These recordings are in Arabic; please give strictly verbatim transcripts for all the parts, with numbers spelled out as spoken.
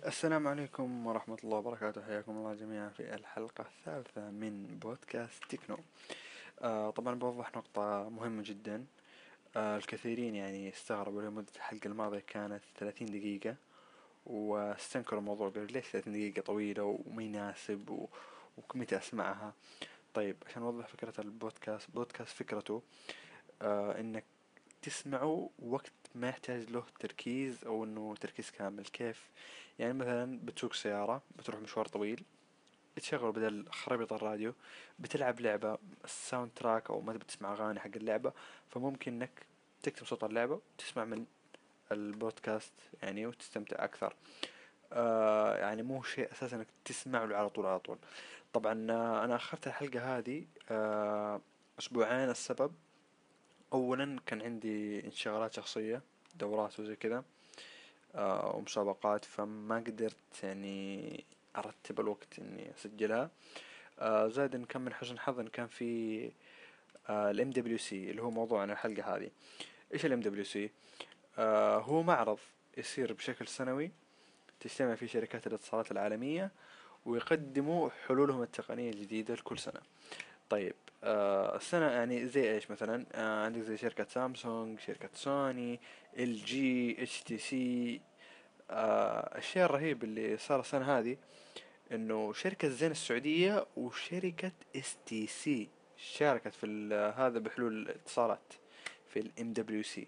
السلام عليكم ورحمة الله وبركاته، حياكم الله جميعا في الحلقة الثالثة من بودكاست تكنو. آه طبعا بوضح نقطة مهمة جدا. آه الكثيرين يعني استغربوا لمدة الحلقة الماضية كانت ثلاثين دقيقة، واستنكروا الموضوع، قالوا ليش ثلاثين دقيقة طويلة وما يناسب و... وكمية أسمعها. طيب عشان أوضح فكرة البودكاست، بودكاست فكرته آه إنك تسمعه وقت ما يحتاج له تركيز، او انه تركيز كامل. كيف؟ يعني مثلا بتسوق سيارة، بتروح مشوار طويل، بتشغل بدل خرابيط الراديو، بتلعب لعبة، الساوند تراك او ما تبي تسمع اغاني حق اللعبة، فممكن انك تكتب صوت اللعبة وتسمع من البودكاست يعني وتستمتع اكثر. آه يعني مو شيء اساسا انك تسمع له على طول على طول. طبعا آه انا اخرت الحلقة هذه آه اسبوعين. السبب اولا كان عندي انشغالات شخصية، دورات وزي كذا، آه ومسابقات، فما قدرت يعني ارتب الوقت اني اسجلها. آه زائد ان كان من حسن حظ ان كان في آه الام دبليو سي اللي هو موضوعنا الحلقة هذه. ايش الام دبليو سي؟ آه هو معرض يصير بشكل سنوي، تجتمع فيه شركات الاتصالات العالمية ويقدموا حلولهم التقنية الجديدة لكل سنة. طيب آه السنة يعني زي ايش مثلا؟ آه عندك زي شركة سامسونج، شركة سوني، ال جي، اتش تي سي. آه الشيء الرهيب اللي صار السنة هذه انه شركة زين السعودية وشركة اس تي سي شاركت في ال- هذا بحلول الاتصالات في الام دبليو سي.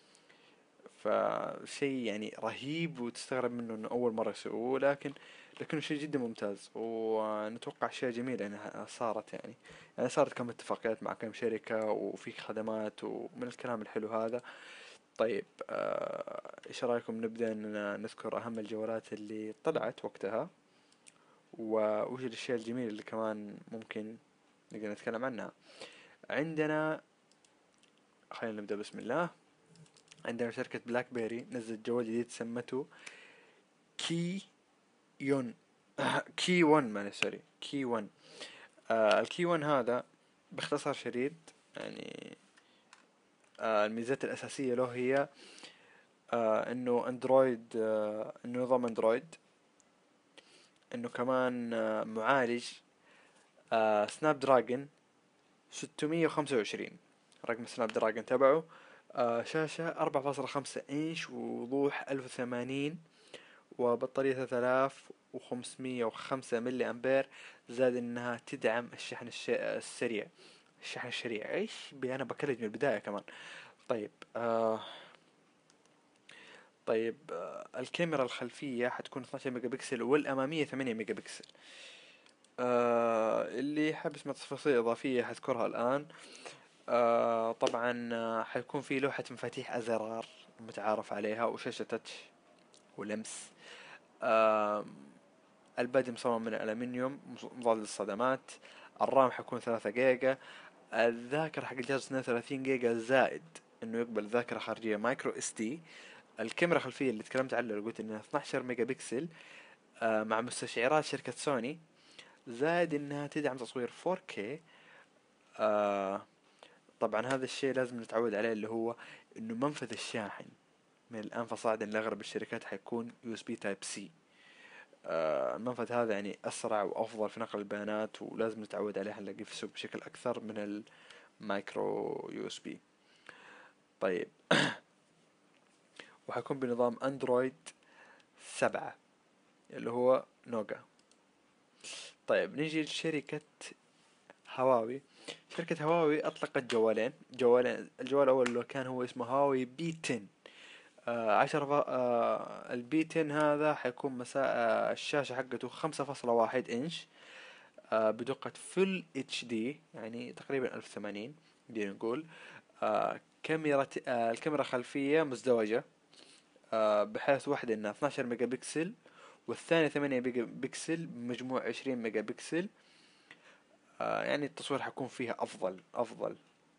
فشيء يعني رهيب وتستغرب منه انه اول مرة يسووه، لكن لكنه شيء جدا ممتاز، ونتوقع اشياء جميلة انها صارت يعني. يعني صارت كم اتفاقيات مع كم شركة وفي خدمات ومن الكلام الحلو هذا. طيب آه، ايش رايكم نبدأ ان نذكر اهم الجوالات اللي طلعت وقتها، ووش الاشياء الجميلة اللي كمان ممكن نقدر نتكلم عنها. عندنا، خلينا نبدأ بسم الله. عندنا شركة بلاك بيري نزلت جوال جديد سمته كي يون كي ون، معلش سوري، كي ون. آه الكي ون هذا باختصار شديد يعني آه الميزات الأساسية له هي آه انه اندرويد، آه انه نظام اندرويد، انه كمان آه معالج آه سناب دراجون ستمية وخمسة وعشرين، رقم سناب دراجون تبعه. آه شاشة أربعة فاصلة خمسة انش ووضوح ألف وثمانين، وبطارية ثلاثة آلاف وخمسمية وخمسة ملي أمبير. زاد إنها تدعم الشحن الش... السريع، الشحن السريع. ايش بي، أنا بكلج من البداية كمان. طيب آه طيب آه الكاميرا الخلفية حتكون اثنا عشر ميجا بكسل والأمامية ثمانية ميجا بكسل. آه اللي حاب يسمع تفاصيل إضافية حذكرها الآن. آه طبعا آه حيكون في لوحة مفاتيح أزرار متعارف عليها، وشاشة تاتش ولمس. آه البادي مصمم من الألمنيوم مضاد للصدمات. الرام حيكون ثلاثة جيجا. الذاكرة حق الجهاز اثنين وثلاثين جيجا، زائد انه يقبل ذاكرة خارجية مايكرو اس دي. الكاميرا الخلفية اللي تكلمت عنها اللي قلت انها اثنا عشر ميجا بكسل، آه مع مستشعرات شركة سوني، زائد انها تدعم تصوير فور كيه. آه طبعا هذا الشيء لازم نتعود عليه، اللي هو انه منفذ الشاحن من الان فصاعدا لاغلب الشركات حيكون يو اس بي تايب سي. المنفذ هذا يعني اسرع وافضل في نقل البيانات، ولازم نتعود عليه، نلاقيه في السوق بشكل اكثر من المايكرو يو اس بي. طيب وحيكون بنظام اندرويد سبعة اللي هو نوغا. طيب نيجي لشركة هواوي. شركة هواوي أطلقت جوالين جوالين الجوال الأول اللي كان هو اسمه هواوي بي عشرة. آه عشرة فا- آه البي عشرة هذا حيكون مساء آه الشاشة حقته خمسة فاصلة واحد انش، آه بدقة فل اتش دي يعني تقريبا ألف وثمانين دي نقول. آه كاميرا آه الكاميرا خلفية مزدوجة، آه بحيث واحدة انها اثنا عشر ميجا بكسل والثانية ثمانية ميجا بكسل بمجموع عشرين ميجا بكسل. آه يعني التصوير حيكون فيها افضل افضل.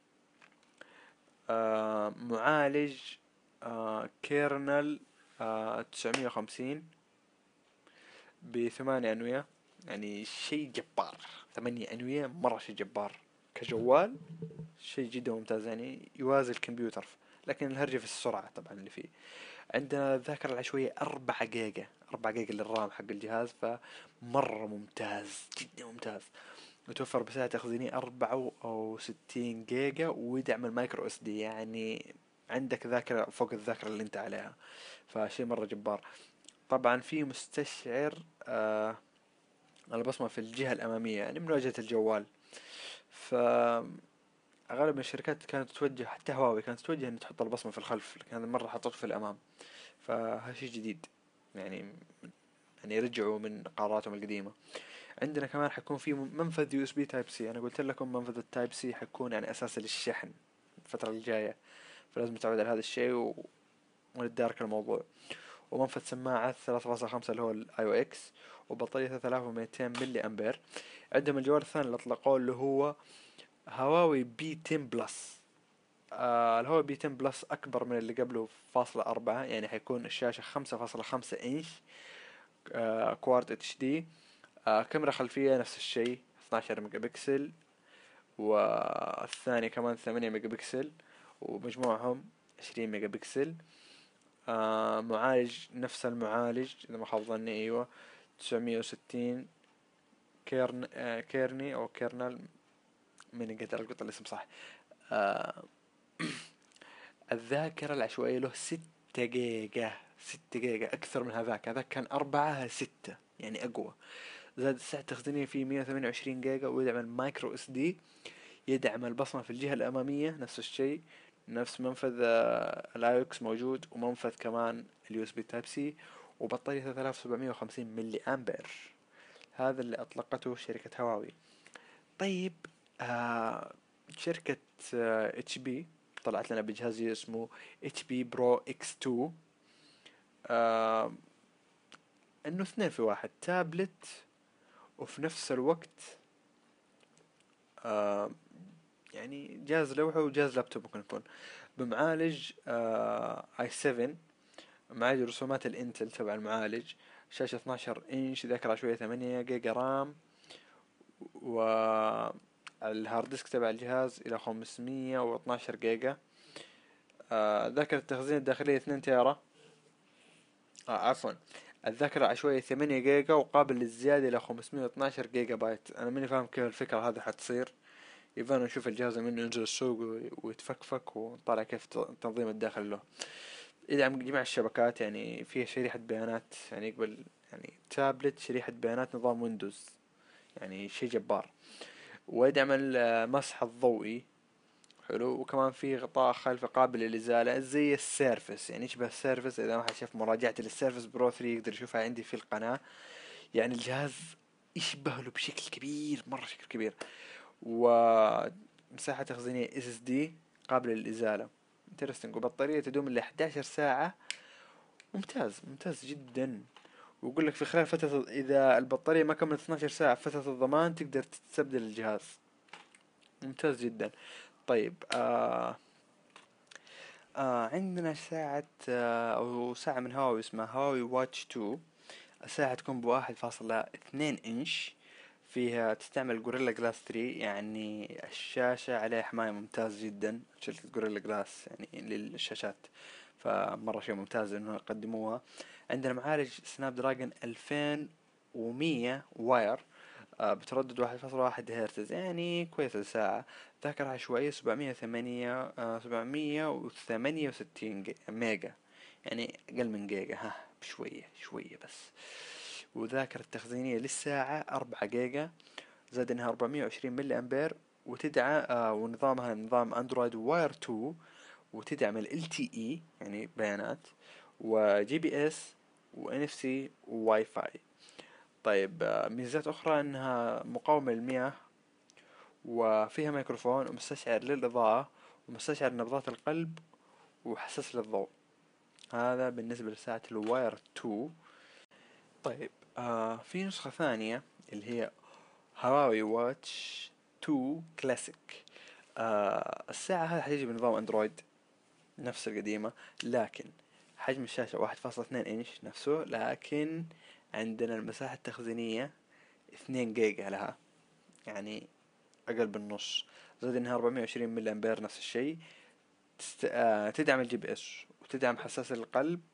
آه معالج آه كيرنل آه تسعمية وخمسين بثمانية انوية، يعني شيء جبار. ثمانية انوية مرة شيء جبار كجوال، شيء جدا ممتاز يعني يوازي الكمبيوتر. لكن الهرجة في السرعة طبعا اللي فيه. عندنا الذاكرة العشوائية أربعة جيجا، أربعة جيجا للرام حق الجهاز، فمرة ممتاز جدا ممتاز. وتوفر مساحة تخزينية أربعة أو ستين جيجا، ويدعم المايكرو اس دي، يعني عندك ذاكرة فوق الذاكرة اللي انت عليها، فشي مرة جبار. طبعا في مستشعر آه البصمة في الجهة الأمامية، يعني من واجهة الجوال. ف أغلب الشركات كانت توجه، حتى هواوي كانت توجه إن تحط البصمة في الخلف، لكن هذه المرة حطته في الأمام، فهالشي جديد يعني. يعني رجعوا من قراراتهم القديمة. عندنا كمان حيكون في منفذ يو اس بي تايب سي. انا قلت لكم منفذ التايب سي حيكون يعني اساس للشحن الفترة الجاية، فلازم نتعود على هذا الشيء و... ونتدارك الموضوع. ومنفذ سماعة ثلاثة فاصلة خمسة اللي هو الاي او اكس، وبطارية ثلاثة آلاف ومئتين ملي امبير. عندهم الجوال الثاني اللي اطلقوه اللي هو هواوي بي عشرة بلس. آه الهواوي بي عشرة بلس اكبر من اللي قبله فاصلة أربعة، يعني حيكون الشاشة خمسة فاصلة خمسة انش، آه كوارت اتش دي. آه كاميرا خلفية نفس الشيء اثنا عشر ميجا بكسل، والثاني كمان ثمانية ميجا بكسل، ومجموعهم عشرين ميجا بكسل. آه معالج نفس المعالج إذا ما خاب ظني، أيوة، تسعمية وستين كيرن آه كيرني أو كيرنل، من قدر ألقط الاسم صح. آه الذاكرة العشوائية له ستة جيجا، ستة جيجا أكثر من هذاك. هذاك كان أربعة، ستة يعني أقوى. زاد السعة التخزينية فيه مية وثمانية وعشرين جيجا، ويدعم المايكرو اس دي، يدعم البصمة في الجهة الأمامية نفس الشيء، نفس منفذ الايوكس موجود، ومنفذ كمان اليو اس بي تايب سي، وبطارية ثلاثة آلاف وسبعمية وخمسين ملي امبير. هذا اللي اطلقته شركة هواوي. طيب، آه شركة آه اتش بي طلعت لنا بجهاز اسمه اتش بي برو اكس تو. آه انه اثنين في واحد، تابلت وفي نفس الوقت آه يعني جهاز لوحة وجهاز لابتوب ممكن يكون، بمعالج آه اي سبعة، معالج رسومات الانتل تبع المعالج، شاشة اثنا عشر انش، ذاكرة عشوائية ثمانية جيجا رام، والهارد ديسك تبع الجهاز الى خمسمية واثناشر جيجا. آه ذاكرة التخزين الداخلية اثنين تيرا، آه عفوا، الذاكرة العشوائية ثمانية جيجا، وقابل للزيادة إلى خمسمية واثناشر جيجا بايت. أنا ماني فاهم كيف الفكرة هذه حتصير، يبغى نشوف الجهاز منه ينزل السوق ويتفكفك ونطالع كيف تنظيم الداخل له. يدعم جميع الشبكات، يعني فيها شريحة بيانات، يعني يقبل يعني تابلت شريحة بيانات نظام ويندوز، يعني شي جبار. ويدعم المسح الضوئي، حلو. وكمان في غطاء خلفي قابل للإزالة زي السيرفس، يعني يشبه السيرفس. إذا ما حد شاف مراجعتي للسيرفس برو ثري يقدر يشوفها عندي في القناة. يعني الجهاز يشبه له بشكل كبير، مرة شكل كبير. ومساحة تخزينية اس اس دي قابلة للإزالة، انترستنج. وبطارية تدوم ل إحدى عشر ساعة. ممتاز ممتاز جدا. ويقول لك في خلال فترة، إذا البطارية ما كملت اثنا عشر ساعة في فترة الضمان تقدر تستبدل الجهاز. ممتاز جدا. طيب، آه آه عندنا ساعة آه أو ساعة من هواوي اسمها هواوي واتش تو. الساعة تكون بواحد فاصلة اثنين انش، فيها تستعمل جوريلا جلاس ثري، يعني الشاشة عليها حماية ممتاز جدا، شركة جوريلا جلاس يعني للشاشات، فمرة شيء ممتاز انه يقدموها. عندنا معالج سناب دراجون ألفين ومية واير، آه بتردد واحد فاصلة واحد هرتز، يعني كويس الساعة. ذاكرة عشوائية سبعمية وثمانية آه سبعمية وثمانية وستين ميجا، يعني أقل من جيجا، ها بشوية شوية بس. وذاكرة تخزينية للساعة أربعة جيجا، زاد انها أربعمية وعشرين ملي امبير. وتدعم آه ونظامها نظام اندرويد واير تو، وتدعم ال إل تي إي يعني بيانات، وجي بي اس، وان اف سي، وواي فاي. طيب، آه ميزات اخرى انها مقاومة للمياه، وفيها ميكروفون، ومستشعر للاضاءة، ومستشعر نبضات القلب، وحساس للضوء. هذا بالنسبة لساعة الواير تو. طيب، آه في نسخة ثانية اللي هي هواوي واتش تو كلاسيك. آه الساعة هذه حتيجي بنظام اندرويد نفس القديمة، لكن حجم الشاشة واحد فاصلة اثنين انش نفسه، لكن عندنا المساحة التخزينية اثنين جيجا لها، يعني اقل بالنص. زائد انها أربعمية وعشرين ملي امبير نفس الشيء. تست... آه تدعم الجي بي اس، وتدعم حساس القلب،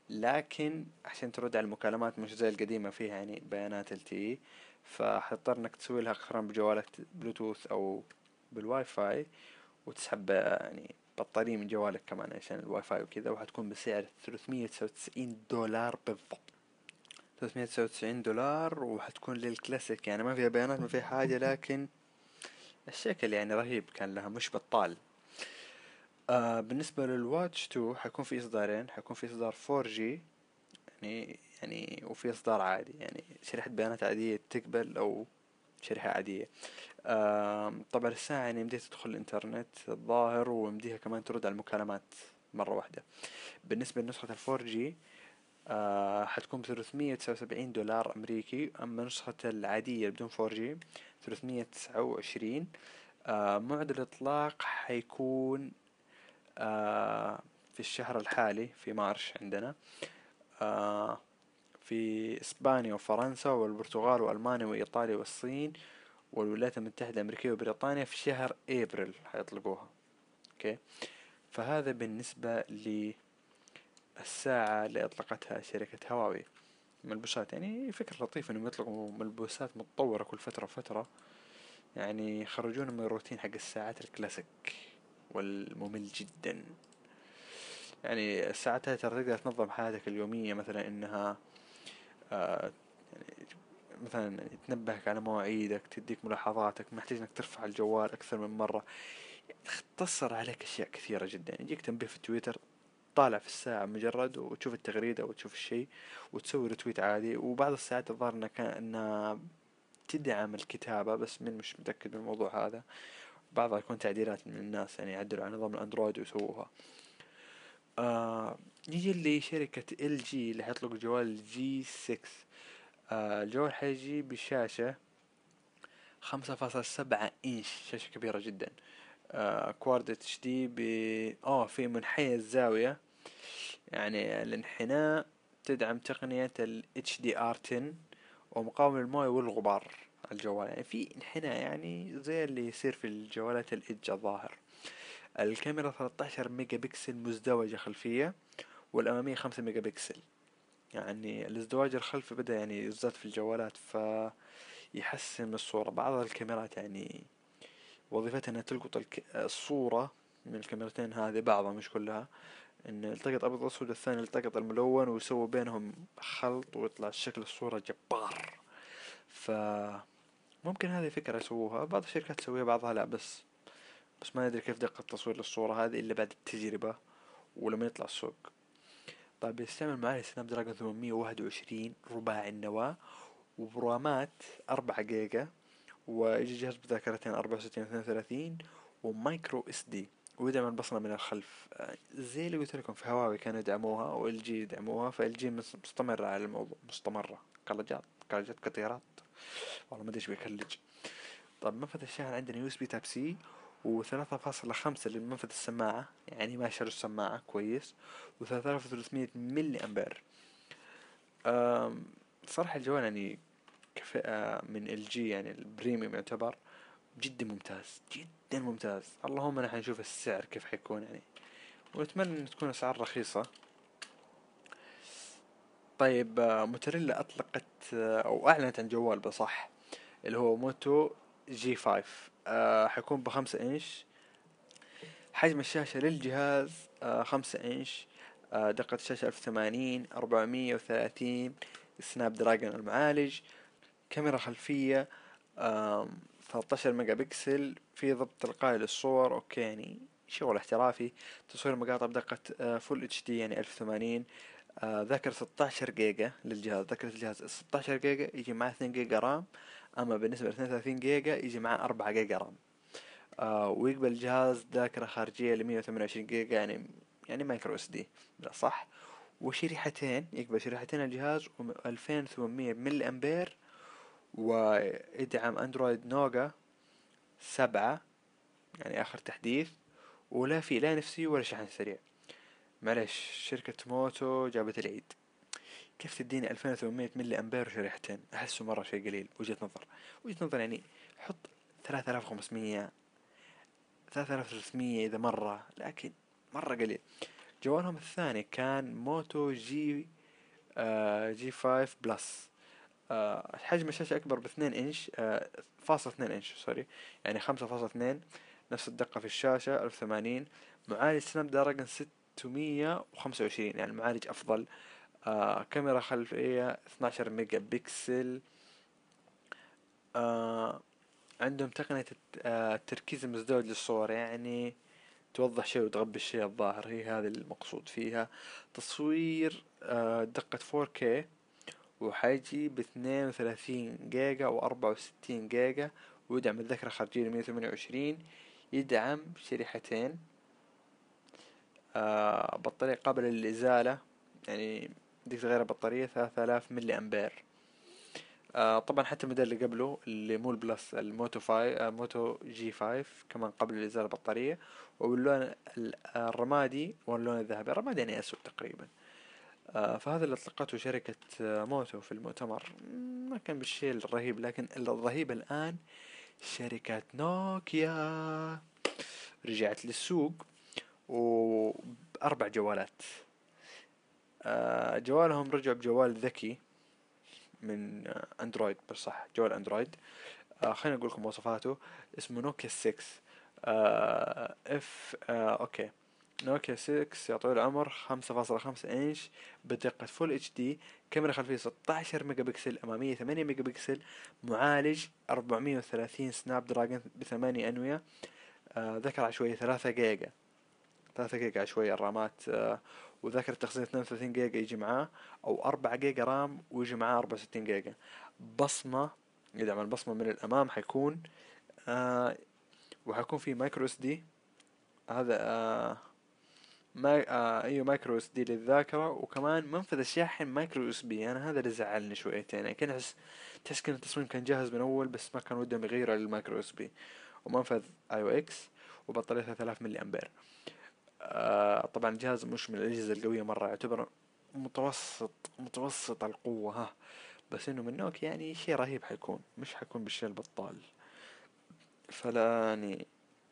لكن عشان ترد على المكالمات مش زي القديمة فيها يعني بيانات ال تي إي، فحتضطر انك تسوي لها اقتران بجوالك بلوتوث او بالواي فاي، وتسحب يعني بطارية من جوالك كمان عشان الواي فاي وكذا، وحتكون بسعر ثلاثمية وتسعة وتسعين دولار بالضبط. ثلاثمية وتسعة وتسعين دولار، وحتكون للكلاسيك يعني ما فيها بيانات ما فيها حاجة، لكن الشكل يعني رهيب كان لها مش بطال. آه بالنسبة للواتش تو حيكون في إصدارين، حيكون في إصدار فور جي يعني يعني وفي إصدار عادي يعني شريحة بيانات عادية تقبل أو شريحة عادية. آه طبعا الساعة يعني يمديها تدخل الإنترنت الظاهر، ويمديها كمان ترد على المكالمات مرة واحدة. بالنسبة لنسخة الفور جي آه حتكون بثلاثمية وتسعة وسبعين دولار أمريكي، أما نسخة العادية بدون فور جي ثلاثمية وتسعة وعشرين. آه موعد الإطلاق حيكون آه في الشهر الحالي في مارش عندنا، آه في إسبانيا وفرنسا والبرتغال وألمانيا وإيطاليا والصين والولايات المتحدة الأمريكية وبريطانيا في شهر أبريل حيطلقوها. أوكي، فهذا بالنسبة للساعة اللي أطلقتها شركة هواوي. ملبوسات يعني فكرة لطيفة إنهم يطلقوا ملبوسات متطورة كل فترة وفترة، يعني يخرجون من الروتين حق الساعات الكلاسيك والممل جدا. يعني الساعات هاي ترى تقدر تنظم حياتك اليومية، مثلا إنها آه يعني مثلا تنبهك على مواعيدك، تديك ملاحظاتك، ما يحتاج إنك ترفع الجوال أكثر من مرة، تختصر عليك أشياء كثيرة جدا. يجيك تنبيه في تويتر، طالع في الساعة مجرد وتشوف التغريدة وتشوف الشيء وتسوي رتويت عادي. وبعض الساعات الظاهر انها كان انها تدعم الكتابة، بس من مش متأكد من الموضوع هذا. بعضها يكون تعديلات من الناس يعني يعدلوا على نظام الاندرويد ويسووها. آه نيجي لشركة ال جي اللي حيطلق جوال جي ستة. آه الجوال حيجي بشاشة خمسة فاصلة سبعة انش، شاشة كبيرة جدا. آه كواد اتش دي ب اه في منحنى الزاوية، يعني الانحناء، تدعم تقنية ال إتش دي آر عشرة، ومقاوم للموية والغبار على الجوال. يعني في انحناء يعني زي اللي يصير في الجوالات الإدج الظاهر. الكاميرا ثلاثة عشر ميجا بكسل مزدوجة خلفية، والأمامية خمسة ميجا بكسل. يعني الازدواج الخلفي بدأ يعني يزداد في الجوالات، فيحسن من الصورة. بعض الكاميرات يعني وظيفتها انها تلقط الك- الصورة من الكاميرتين هذه، بعضها مش كلها، ان التقط ابيض واسود، الثاني التقط الملون، ويسووا بينهم خلط ويطلع شكل الصورة جبار. فممكن هذه فكرة يسووها، بعض الشركات تسويها بعضها لا، بس بس ما ندري كيف دقة تصوير للصورة هذه إلا بعد التجربة ولما يطلع السوق. طيب يستعمل معالج سناب دراجون ثمانمية وواحد وعشرين رباعي النواة، وبرامات أربعة جيجا، ويجي جهاز بذاكرتين أربعة وستين واثنين وثلاثين، ومايكرو اس دي، ويدعم البصمة من الخلف. آه، زي اللي قلت لكم في هواوي كانوا يدعموها وال جي يدعموها، فال جي مستمرة على الموضوع، مستمرة. كلاجات كلاجات كثيرات، والله ما ادري ايش بيكلج. طب منفذ الشاحن عندنا يو اس بي تايب سي، وثلاثة فاصلة خمسة لمنفذ السماعة، يعني ما شالوا السماعة كويس، وثلاثة آلاف وثلاثمية ملي أمبير. أم، صراحة الجوال يعني كفئة من ال جي يعني البريميوم يعتبر جدا ممتاز، جدا ممتاز. اللهم نحن نشوف السعر كيف حيكون يعني، ونتمنى ان تكون اسعار رخيصة. طيب آه، موتوريلا اطلقت آه، او اعلنت عن جوال بصح، اللي هو موتو جي خمسة. آه حيكون بخمسة انش. حجم الشاشة للجهاز آه خمسة انش. آه دقة الشاشة ألف وثمانين أربعمية وثلاثين سناب دراجون المعالج. كاميرا خلفية آم، ثلاثة عشر ميجا بكسل، في ضبط تلقائي للصور، اوكي يعني شغل احترافي. تصوير مقاطع بدقة آه، فول اتش دي يعني ألف وثمانين. آه، ذاكرة ستة عشر جيجا للجهاز، ذاكرة الجهاز ستة عشر جيجا يجي معاه اثنين جيجا رام، اما بالنسبة ل اثنين وثلاثين جيجا يجي معاه أربعة جيجا رام. آه، ويقبل الجهاز ذاكرة خارجية ل مية وثمانية وعشرين جيجا، يعني يعني مايكرو اس دي صح. وشريحتين، يقبل شريحتين الجهاز، و2800 ملي امبير، ويدعم اندرويد نوغا سبعة يعني آخر تحديث، ولا في لا نفسي ولا شحن سريع. معليش، شركة موتو جابت العيد. كيف تديني ألفين وثمانمية ملي أمبير وشريحتين؟ أحسه مرة شيء قليل. وجهة نظر، وجهة نظر يعني. حط ثلاثة آلاف وخمسمية، ثلاثة آلاف وثلاثمية إذا مرة، لكن مرة قليل. جوالهم الثاني كان موتو جي آه جي خمسة بلس. آه حجم الشاشة أكبر باثنين إنش، آه فاصلة اثنين إنش سوري، يعني خمسة فاصلة اثنين. نفس الدقة في الشاشة ألف وثمانين. معالج سناب دراجون ستمية وخمسة وعشرين، يعني معالج أفضل. آه كاميرا خلفية اثنا عشر ميجا بكسل. آه عندهم تقنية الت- آه التركيز المزدوج للصور، يعني توضح شيء وتغبي الشيء الظاهر، هي هذه المقصود فيها. تصوير آه دقة فور كيه، وحيجي باثنين وثلاثين جيجا وأربعة وستين جيجا، ويدعم الذاكرة الخارجية مية وثمانية وعشرين. يدعم شريحتين. آه بطارية قابلة للإزالة، يعني بدك تغير البطارية ثلاثة آلاف ملي أمبير. آه طبعا حتى الموديل اللي قبله اللي مو البلس، الموتو فاي آه موتو جي خمسة كمان قبل الإزالة البطارية، وباللون ال- الرمادي واللون الذهبي. الرمادي يعني أسود تقريبا. آه فهذا اللي أطلقته شركة آه موتو في المؤتمر. مم، ما كان بالشيء الرهيب، لكن الرهيب الآن شركة نوكيا رجعت للسوق وبأربع جوالات. آه جوالهم رجعوا بجوال ذكي من آه اندرويد، بس صح جوال اندرويد. آه خليني اقول لكم مواصفاته. اسمه نوكيا ستة. آه اف آه اوكي. نوكيا ستة يا طويل العمر، خمسة فاصلة خمسة انش بدقة فول اتش دي. كاميرا خلفية ستة عشر ميجا بكسل، امامية ثمانية ميجا بكسل. معالج أربعمية وثلاثين سناب دراجون بثمانية انوية. آه ذاكرة عشوائية ثلاثة جيجا، ثلاثة جيجا عشوائية الرامات. آه وذاكرة تخزين اثنين وثلاثين جيجا يجي معاه، او أربعة جيجا رام ويجي معاه أربعة وستين جيجا. بصمة، يدعم البصمة من الامام حيكون. آه وحيكون في مايكرو اس دي. هذا آه ما آه ايوه مايكرو اس دي للذاكرة، وكمان منفذ الشاحن مايكرو اس بي. انا هذا اللي زعلني شويتين، يعني كان احس تحس كان التصميم كان جاهز من اول، بس ما كان ودهم يغيروا للمايكرو اس بي. ومنفذ اي او اكس، وبطارية ثلاثة آلاف ملي امبير. آه طبعا الجهاز مش من الاجهزة القوية مرة، يعتبر متوسط متوسط القوة ها. بس انه من نوك يعني شيء رهيب حيكون، مش حيكون بالشيء البطال. فلا يعني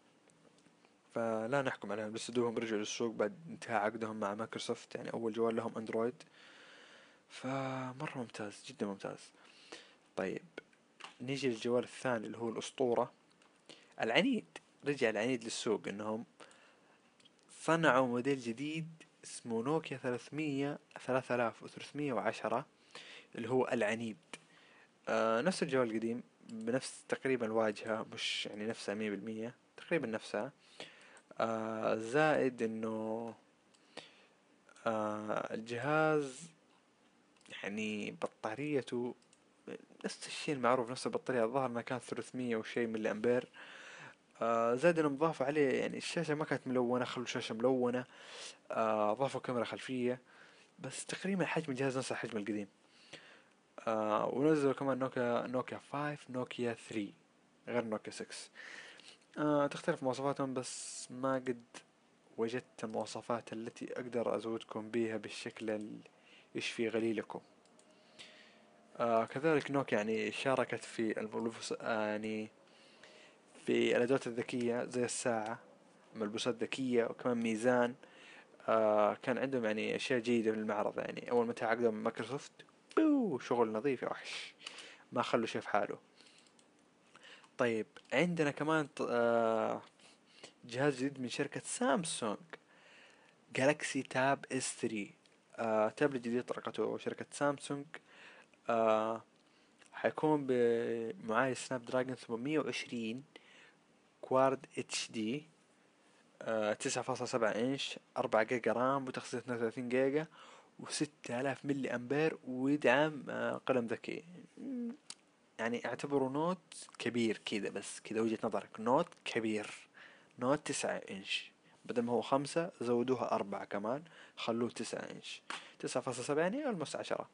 فلا نحكم عليهم، بس دوهم رجعوا للسوق بعد انتهاء عقدهم مع مايكروسوفت، يعني أول جوال لهم أندرويد. فمرة ممتاز، جدا ممتاز. طيب نيجي للجوال الثاني اللي هو الأسطورة العنيد. رجع العنيد للسوق، إنهم صنعوا موديل جديد اسمه نوكيا ثلاثمية ثلاثة آلاف وثلاثمية وعشرة، اللي هو العنيد. آه نفس الجوال القديم، بنفس تقريبا الواجهة، مش يعني نفسها مية بالمية، تقريبا نفسها. آه زائد انه آه الجهاز يعني بطاريته نفس الشيء المعروف، نفس البطارية. الظاهر انها كانت ثلاثمية وشي ملي امبير. آه زائد انهم ضافوا عليه، يعني الشاشة ما كانت ملونة، خلوا الشاشة ملونة. آه ضافوا كاميرا خلفية، بس تقريبا حجم الجهاز نفس الحجم القديم. آه ونزلوا كمان نوكيا نوكيا خمسة، نوكيا ثلاثة، غير نوكيا ستة. آه تختلف مواصفاتهم، بس ما قد وجدت المواصفات التي أقدر أزودكم بها بالشكل اللي يشفي غليلكم. آه كذلك نوك يعني شاركت في الملبوس آه يعني في الأدوات الذكية زي الساعة، ملبوسات ذكية، وكمان ميزان. آه كان عندهم يعني أشياء جيدة في المعرض، يعني أول ما تعاقدوا مع مايكروسوفت بيو شغل نظيف يا وحش، ما خلوا شيء في حاله. طيب عندنا كمان ط- آه جهاز جديد من شركة سامسونج، جالاكسي تاب اس ثلاثة. آه تابلت جديد طرقته شركة سامسونج. آه حيكون بمعالج سناب دراجون ثمانمية وعشرين كواد اتش دي. آه تسعة فاصلة سبعة انش، أربعة جيجا رام وتخزين اثنين وثلاثين جيجا، وستة آلاف ملي أمبير، ويدعم آه قلم ذكي. مم، يعني اعتبره نوت كبير كذا، بس كذا وجهة نظرك نوت كبير. نوت تسعة انش، بدل ما هو خمسة زودوها أربعة كمان، خلوه تسعة انش. تسعة فاصلة سبعة يعني المس عشرة.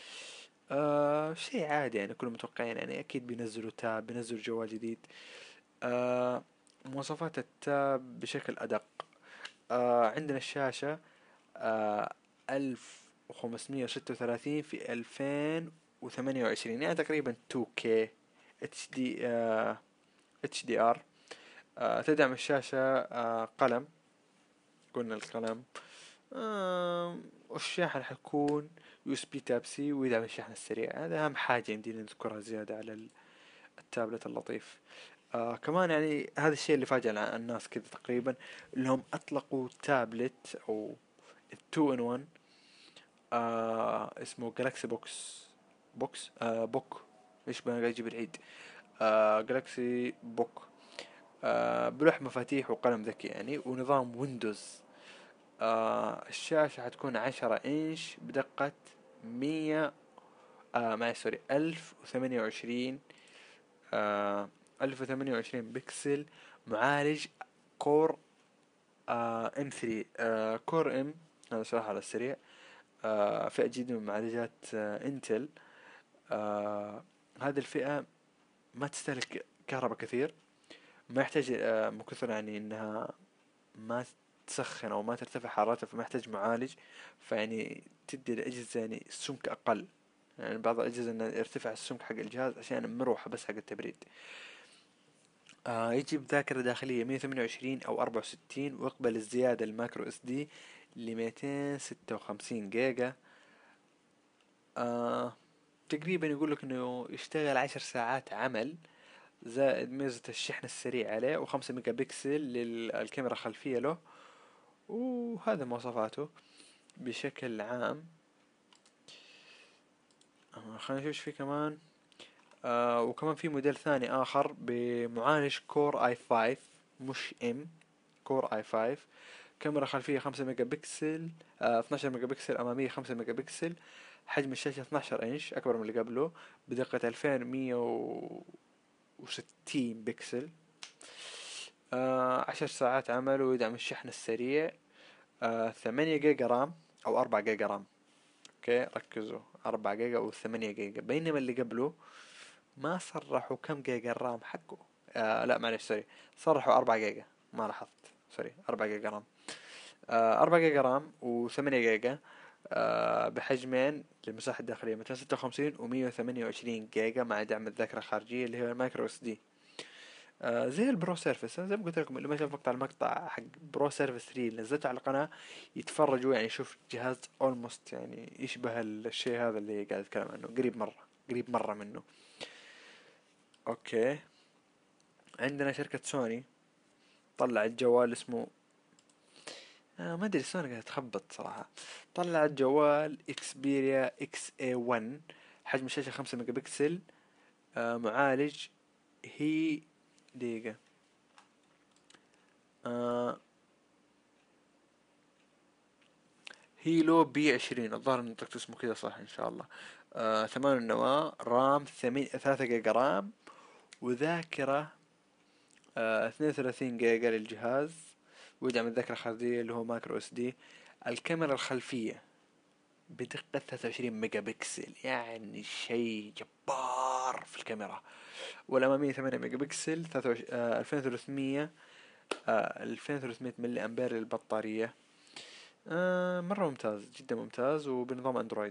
آه شيء عادي، يعني كل متوقعين، يعني أكيد بينزلوا تاب، بينزلوا جوال جديد. آه مواصفات التاب بشكل أدق. آه عندنا الشاشة آه ألف وخمسمية وستة وثلاثين في ألفين وثمانية وعشرين، يعني تقريبا تو كيه اتش دي آه اتش دي ار. آه تدعم الشاشة آه قلم، قلنا القلم. آم، والشاحن حيكون يو اس بي تايب سي ويدعم الشحن السريع. هذا أهم حاجة يمدينا نذكرها زيادة على ال- التابلت اللطيف. آه كمان يعني هذا الشيء اللي فاجأ الع- الناس كذا تقريبا، اللي هم أطلقوا تابلت أو تو ان ون، آه اسمه جالاكسي بوكس. بوكس آه بوك. ايش بقى قاعد اجيب العيد. آه جالاكسي بوك. آه بلوح مفاتيح وقلم ذكي يعني، ونظام ويندوز. آه الشاشة حتكون عشرة انش بدقة مية، آه معي سوري ألف وثمانية وعشرين، آه ألف وثمانية وعشرين بكسل. معالج كور آه ام ثري، آه كور ام، هذا صراحة على السريع. آه فئة جديدة من معالجات آه انتل. آه هذه الفئة ما تستهلك كهرباء كثير، ما يحتاج آه من كثر يعني انها ما تسخن او ما ترتفع حرارتها، فما يحتاج معالج. فيعني تدي الأجهزة يعني سمك أقل. يعني بعض الأجهزة إنه يرتفع السمك حق الجهاز عشان المروحة بس حق التبريد. آه يجي بذاكرة داخلية مية وثمانية وعشرين أو أربعة وستين، ويقبل الزيادة المايكرو اس دي لميتين ستة وخمسين جيجا. آه تقريبا يقولك انه يشتغل عشر ساعات عمل، زائد ميزة الشحن السريع عليه، وخمسة ميجا بكسل للكاميرا الخلفية له. وهذا مواصفاته بشكل عام. آه خلينا نشوف ايش في كمان. آه وكمان في موديل ثاني آخر بمعالج كور اي فايف، مش ام، كور اي فايف. كاميرا خلفية خمسة ميجا بكسل، آه اثناشر ميجا بكسل أمامية، خمسة ميجا بكسل. حجم الشاشة اثناشر انش أكبر من اللي قبله، بدقة ألفين ومية وستين بكسل. آه عشر ساعات عمل، ويدعم الشحن السريع. آه ثمانية جيجا رام أو أربعة جيجا رام. اوكي ركزوا، أربعة جيجا أو ثمانية جيجا، بينما اللي قبله ما صرحوا كم جيجا الرام حقه. آه لا معلش سوري، صرحوا أربعة جيجا، ما لاحظت، سوري أربعة جيجا رام. آه أربعة جيجا رام وثمانية جيجا، آه بحجمين للمساحة الداخلية مئتين وستة وخمسين ومية وثمانية وعشرين جيجا، مع دعم الذاكرة الخارجية اللي هو المايكرو اس دي. آه زي البرو سيرفس. أنا زي ما قلت لكم، اللي ما شاف مقطع المقطع حق برو سيرفس ثري اللي نزلته على القناة يتفرجوا، يعني يشوف جهاز اولموست يعني يشبه الشيء هذا اللي قاعد اتكلم عنه، قريب مرة، قريب مرة منه. اوكي. عندنا شركة سوني طلعت جوال اسمه، آه ما ادري سوني قاعدة تخبط صراحة. طلعت جوال اكسبيريا اكس اي ون، حجم الشاشة خمسة ميجا بكسل. آه معالج هي دقيقة، آه هيلو بي عشرين، الظاهر ان نطقت اسمه كذا صح ان شاء الله. آه ثمان النواة، رام ثمين ثلاثة جيجا رام، وذاكرة آه اثنين وثلاثين جيجا للجهاز، ويدعم الذاكرة الخارجية اللي هو مايكرو اس دي. الكاميرا الخلفية بدقة ثلاثة وعشرين ميجا بكسل، يعني شيء جبار في الكاميرا. والأمامية ثمانية ميجا بكسل، ثلاثة وعشرين آه ألفين وثلاثمية، آه ألفين وثلاثمية ملي أمبير للبطارية. آه مرة ممتاز، جدا ممتاز، وبنظام أندرويد.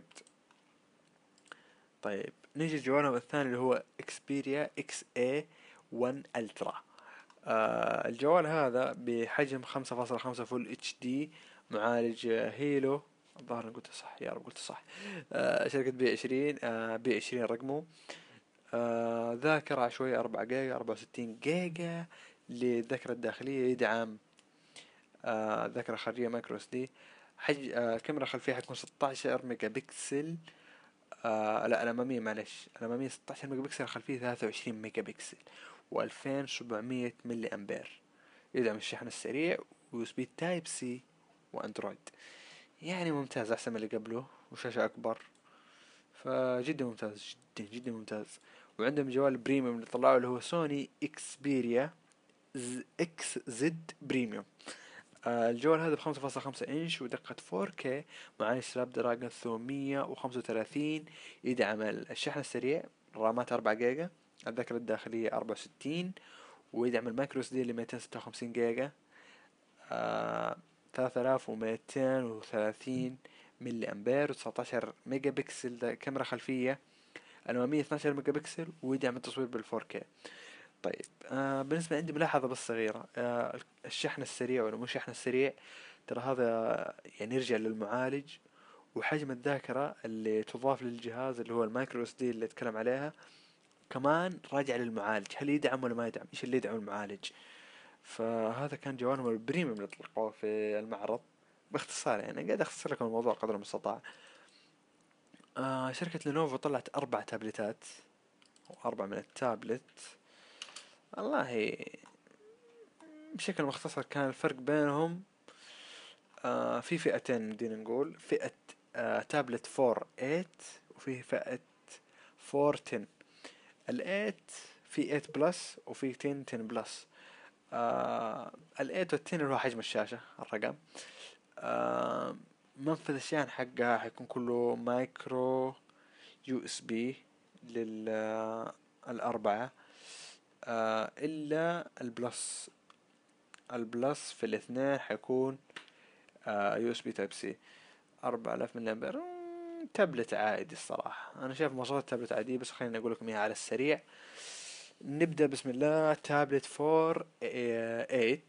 طيب نيجي لجوالهم الثاني اللي هو اكسبيريا اكس اي ون الترا. آه الجوال هذا بحجم خمسة فاصلة خمسة فول اتش دي، معالج هيلو، الظاهر إني قلت صح، يا رب قلت صح. آه شركة بي عشرين، آه بي عشرين رقمه. آه ذاكرة عشوائية أربعة جيجا، أربعة وستين جيجا للذاكرة الداخلية، يدعم آه ذاكرة خارجية مايكرو اس دي. حج آه كاميرا خلفية حتكون ستة عشر ميجا بكسل. آه لا الأمامية معلش، الأمامية ستة عشر ميجا بكسل، الخلفية ثلاثة وعشرين ميجا بكسل، وألفين وسبعمية ملي أمبير. يدعم الشحن السريع، ويو اس بي تايب سي، وأندرويد. يعني ممتاز، أحسن من اللي قبله، وشاشة أكبر. فجدا ممتاز، جدا جدا ممتاز. وعندهم جوال بريميوم اللي طلعوه اللي هو سوني اكسبيريا اكس زد بريميوم. آه الجوال هذا بخمسة فاصلة خمسة انش ودقة فور كي، معالج سناب دراجون ثمانمية وخمسة وثلاثين. يدعم الشحن السريع، رامات أربعة جيجا، الذاكرة الداخلية أربعة وستين، ويدعم المايكرو اس دي ل مئتين وستة وخمسين جيجا. آه ثلاثة آلاف ومئتين وثلاثين ملي أمبير، و19 ميجا بكسل كاميرا خلفية، الأمامية اثناشر ميجا بكسل، ويدعم التصوير بالفور كي. طيب آه بالنسبة عندي ملاحظة بس صغيرة، آه الشحن السريع ولا مو الشحن السريع، ترى هذا يعني يرجع للمعالج وحجم الذاكرة اللي تضاف للجهاز اللي هو المايكرو اس دي اللي اتكلم عليها، كمان راجع للمعالج هل يدعم ولا ما يدعم، ايش اللي يدعم المعالج. فهذا كان جوانب البريميوم اللي اطلقوه في المعرض. باختصار يعني قاعد اختصر لكم الموضوع قدر المستطاع. آه شركة لينوفو طلعت اربع تابلتات، او اربع من التابلت. والله بشكل مختصر كان الفرق بينهم آه في فئتين، بدينا نقول فئة آه تابلت فور ايت، وفي فئة فور تن. الايت في ايت بلس وفي تن تن بلس. آه الايت والتن اللي هو حجم الشاشة الرقم. آه منفذ الشحن حقها حيكون كله مايكرو يو اس بي للأربعة. آه إلا البلس، البلس في الاثنين حيكون آه يو اس بي تايب سي. أربعة آلاف ملي أمبير. مم، تابلت عادي الصراحة، أنا شايف مواصفات تابلت عادية، بس خليني أقول لكم إياها على السريع. نبدأ بسم الله. تابلت فور ايت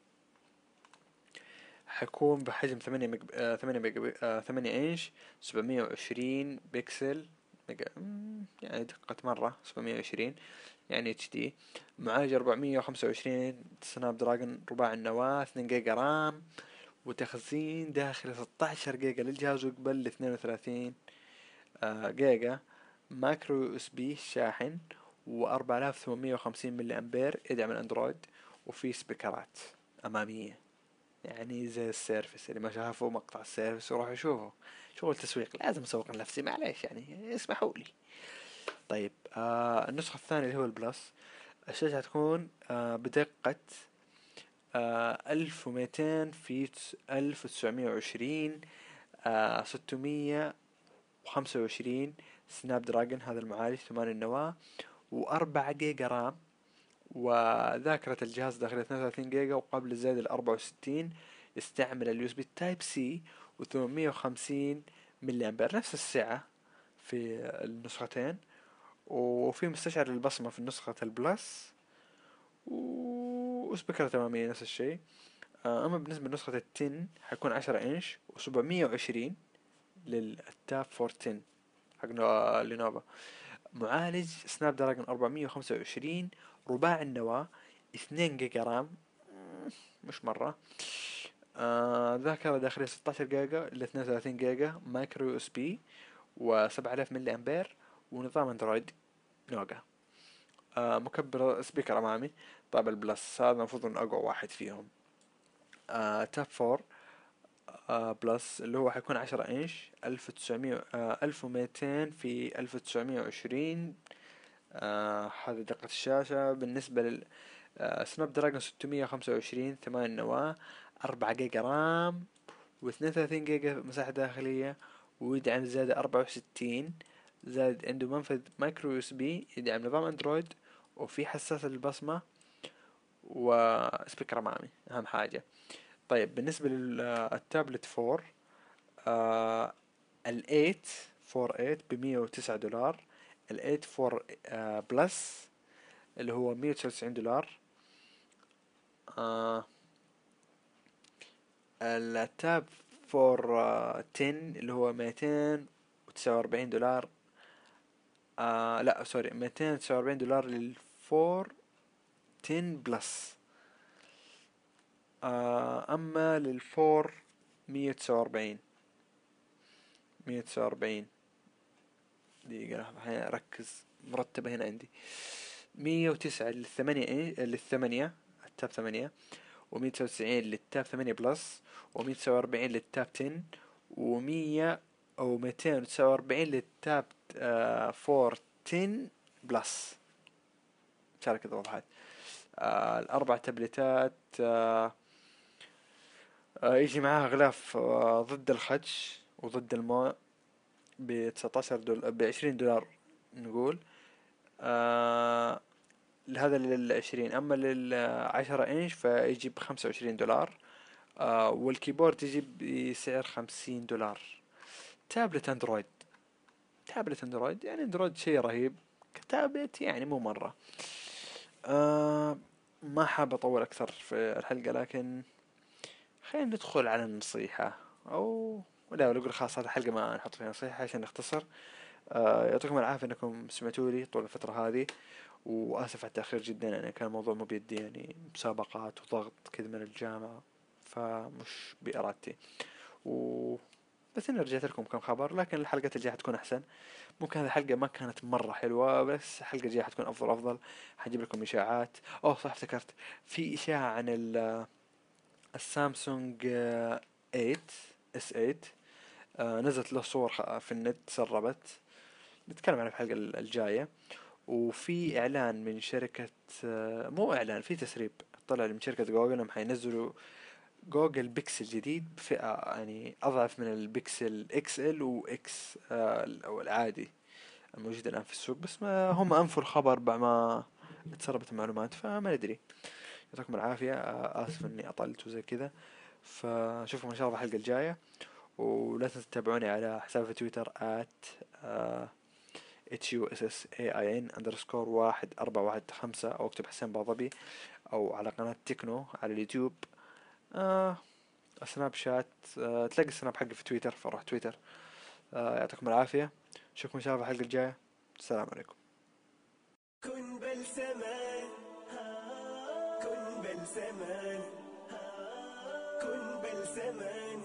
حيكون بحجم ثمانية ميج... آه ثمانية ميجا بي... آه ثمانية انش، سبعمية وعشرين بكسل ميجا، مم، يعني دقة مرة سبعمية وعشرين، يعني اتش دي. معالج أربعمية وخمسة وعشرين سناب دراجون رباع النواة، اثنين جيجا رام، وتخزين داخل ستة عشر جيجا للجهاز، ويقبل اثنين وثلاثين آه جيجا. مايكرو يو اس بي شاحن، وأربعة آلاف وثمانمية وخمسين ملي أمبير، يدعم الأندرويد. وفي سبيكرات أمامية، يعني زي السيرفس، اللي ما شافوا مقطع السيرفس وراح يشوفه. شغل تسويق، لازم اسوق لنفسي معليش يعني، اسمحوا لي. طيب آه النسخة الثانية اللي هو البلس، الشاشة هتكون آه بدقة آه ألف ومئتين في ألف وتسعمية وعشرين، آه ستمية وخمسة وعشرين سناب دراجون، هذا المعالج ثمان النواة، وأربعة جيجا رام. وذاكرة الجهاز داخل اثنين وثلاثين جيجا، وقبل الزائد الأربعة وستين يستعمل اليو اس بي تايب سي، وثمانمية وخمسين ملي أمبير، نفس السعة في النسختين. وفي مستشعر البصمة في نسخة البلس، وسبيكرة أمامية نفس الشيء. آه، أما بالنسبة لنسخة التن حيكون عشرة إنش وسبعمية وعشرين للتاب فور تن حق لينوفا. معالج سناب دراجون أربعمية وخمسة وعشرين رباع النواة، اثنين جيجا رام، مش مرة. آه ذاكرة داخلية ستة عشر جيجا إلى اثنين وثلاثين جيجا، مايكرو يو اس بي، وسبعة آلاف ملي أمبير، ونظام أندرويد نوجا. آه مكبر سبيكر أمامي. طيب البلس هذا المفروض إنه أقوى واحد فيهم. آه تاب فور آه بلس اللي هو حيكون عشرة إنش، ألف وتسعمية آه ألف ومئتين في ألف وتسعمية وعشرين. آه هذه دقة الشاشة. بالنسبة لل آه سناب دراجون ستمية وخمسة وعشرين ثمان نواة، أربعة جيجا رام، واثنين وثلاثين جيجا مساحة داخلية، ويدعم زيادة أربعة وستين. زائد عنده منفذ مايكرو يو اس بي، يدعم نظام اندرويد، وفي حساسة للبصمة، وسبيكر أمامي أهم حاجة. طيب بالنسبة للتابلت فور آه الايت فور ايت بمية وتسعة دولار. الايت فور آه بلس اللي هو مية وتسعة وتسعين دولار. آه التاب فور آه تن اللي هو ميتين وتسعة وأربعين دولار. آه لا سوري، ميتين وتسعة وأربعين دولار للفور تن بلس. آه أما للفور مية وتسعة وأربعين، مية وتسعة وأربعين. دقيقة لحظة أركز، مرتبة هنا عندي. مية وتسعة للثمانية إيه للثمانية التاب ثمانية، ومية وتسعة وتسعين للتاب ثمانية بلس، ومية وتسعة وأربعين للتاب تن، ومية أو ميتين وتسعة وأربعين للتاب آه فور تن بلس. شارك الوضحات. آه الأربع تابلتات آه آه يجي معاها غلاف آه ضد الخدش وضد الماء بتسعتاشر دولار، بعشرين دولار نقول. آه هذا للعشرين. أما للعشرة إنش فيجي بخمسة وعشرين دولار. آه والكيبورد يجي بسعر خمسين دولار. تابلت أندرويد، تابلت أندرويد يعني أندرويد شيء رهيب، كتابلت يعني مو مرة. آه ما حاب أطول أكثر في الحلقة، لكن خلينا ندخل على النصيحة، أو لا ولا أقول خلاص هذه الحلقة ما نحط فيها نصيحة عشان نختصر. آه يعطيكم العافية أنكم سمعتوا لي طول الفترة هذه، وآسف على التأخير جدا، يعني كان الموضوع مو بيدي، يعني مسابقات وضغط كذا من الجامعة، فمش بإرادتي. و بس اني رجعت لكم كم خبر، لكن الحلقات الجاية حتكون احسن. ممكن هذه الحلقة ما كانت مرة حلوة، بس الحلقة الجاية حتكون افضل افضل. حجيب لكم اشاعات. اوه صح افتكرت، في اشاعة عن ال- السامسونج آه، ثمانية اس ثمانية. آه، نزلت له صور خ- في النت تسربت، نتكلم عنها في الحلقة ال- الجاية. وفي اعلان من شركة، آه، مو اعلان، في تسريب طلع من شركة جوجل انهم حينزلوا جوجل بيكسل جديد بفئة يعني أضعف من البيكسل اكس ال واكس أو العادي الموجود الآن في السوق، بس ما هم أنفوا الخبر بعد ما تسربت المعلومات، فما ندري. يعطيكم العافية، آه، آسف إني أطلت وزي كذا. فشوفكم إن شاء الله الحلقة الجاية. ولا تنسوا تتابعوني على حساب في تويتر at اتش يو اس اس اي اي ان اندرسكور واحد أربعة واحد خمسة، أو اكتب حسين باضبي، أو على قناة تكنو على اليوتيوب. آه سناب شات، آه تلاقي السناب حقي في تويتر، فروح تويتر. آه يعطيكم العافية، نشوفكم إن شاء الله في الحلقة الجاية. السلام عليكم. كن بلسمان، كن بلسمان، كن بلسمان،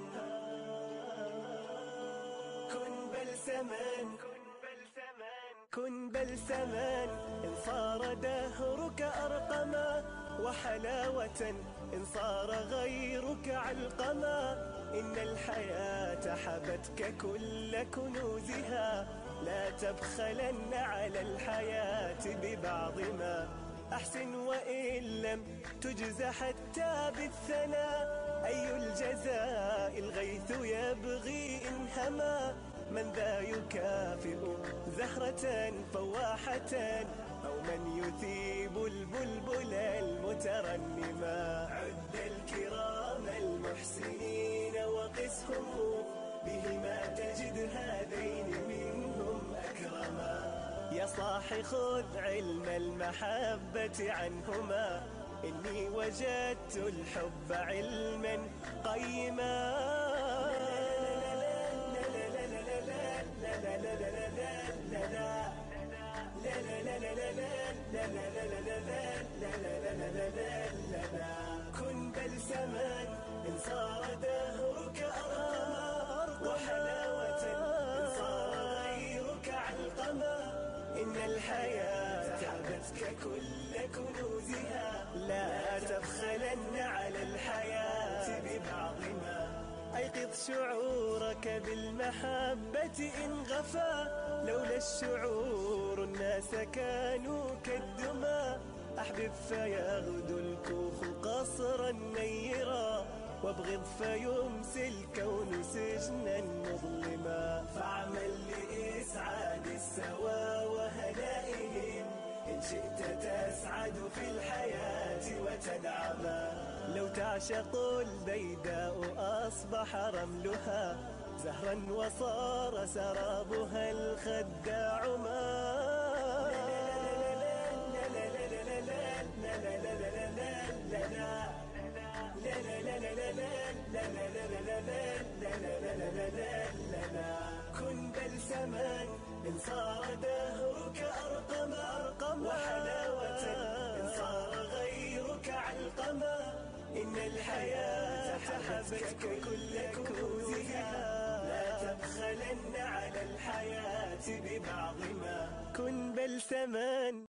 كن بلسمان، كن بلسمان. إن صار دهرك أرقما وحلاوة، إن صار غيرك علقما. إن الحياة حبتك كل كنوزها، لا تبخلن على الحياة ببعض ما. أحسن وإن لم تجز حتى بالثناء، أي الجزاء الغيث يبغي إن هما. من ذا يكافئ زهرة فواحة، أو من يثيب البلبل المترنما. عد الكرام المحسنين وقسهم، بهما تجد هذين منهم أكرما. يا صاح خذ علم المحبة عنهما، إني وجدت الحب علما قيما. كن بلسمان، إن صار دهرك أرقما وحلاوة، إن صار غيرك علقما. إن الحياة تعبتك كل كنوزها، لا تبخلن على الحياة ببعض ما. أيقظ شعورك بالمحبة إن غفا، لولا الشعور الناس كانوا كالدمى. أحبب فيغدو الكوخ قصرا نيرا، وابغض فيمسي الكون سجنا مظلما. فاعمل لإسعاد السوى وهنائهم، إن شئت تسعد في الحياة وتنعما. لو تعشق البيداء أصبح رملها زهرا، وصار سرابها الخداع ما. كن بلسمان، إن صار دهرك أرقما وحلاوة، إن صار غيرك علقما. إن الحياة حبتك كل كنوزها، لا تبخلن على الحياة ببعض ما. كن بلسمان.